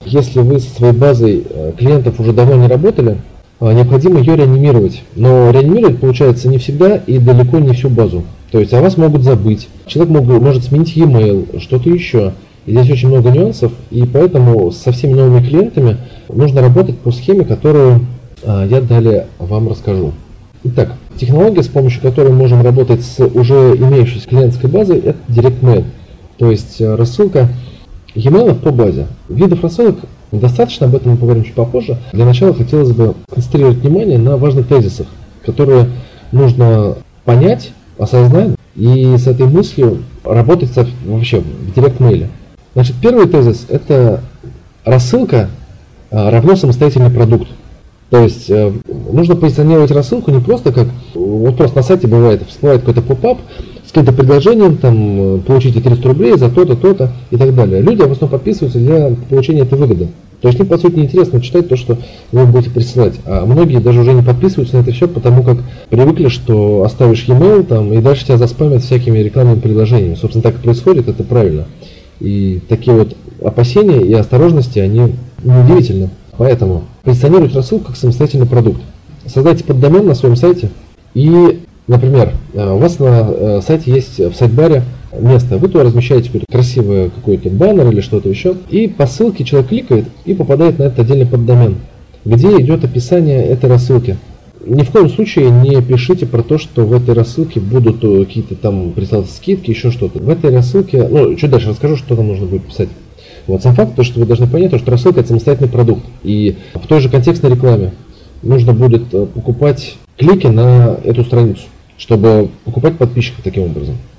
если вы со своей базой клиентов уже давно не работали, необходимо ее реанимировать. Но реанимировать получается не всегда и далеко не всю базу. То есть о вас могут забыть, человек может сменить e-mail, что-то еще. И здесь очень много нюансов, и поэтому со всеми новыми клиентами нужно работать по схеме, которую я далее вам расскажу. Итак, технология, с помощью которой мы можем работать с уже имеющейся клиентской базой, это Direct Mail. То есть рассылка e-mail по базе. Видов рассылок достаточно, об этом мы поговорим чуть попозже. Для начала хотелось бы концентрировать внимание на важных тезисах, которые нужно понять, осознать и с этой мыслью работать вообще в Direct Mail. Значит, первый тезис – это рассылка равно самостоятельный продукт. То есть нужно позиционировать рассылку не просто как, вот просто на сайте бывает, всплывает какой-то поп-ап с каким-то предложением, там, получите 300 рублей за то-то, то-то и так далее. Люди в основном подписываются для получения этой выгоды. То есть им, по сути, неинтересно читать то, что вы будете присылать. А многие даже уже не подписываются на это все, потому как привыкли, что оставишь e-mail там, и дальше тебя заспамят всякими рекламными предложениями. Собственно, так и происходит, это правильно. И такие вот опасения и осторожности, они неудивительны. Поэтому позиционируйте рассылку как самостоятельный продукт. Создайте поддомен на своем сайте и, например, у вас на сайте есть в сайт-баре место, вы туда размещаете какой-то красивый какой-то баннер или что-то еще, и по ссылке человек кликает и попадает на этот отдельный поддомен, где идет описание этой рассылки. Ни в коем случае не пишите про то, что в этой рассылке будут какие-то там присылаться скидки, еще что-то. В этой рассылке, чуть дальше расскажу, что там нужно будет писать. Вот сам факт, то, что вы должны понять, что рассылка – это самостоятельный продукт. И в той же контекстной рекламе нужно будет покупать клики на эту страницу, чтобы покупать подписчиков таким образом.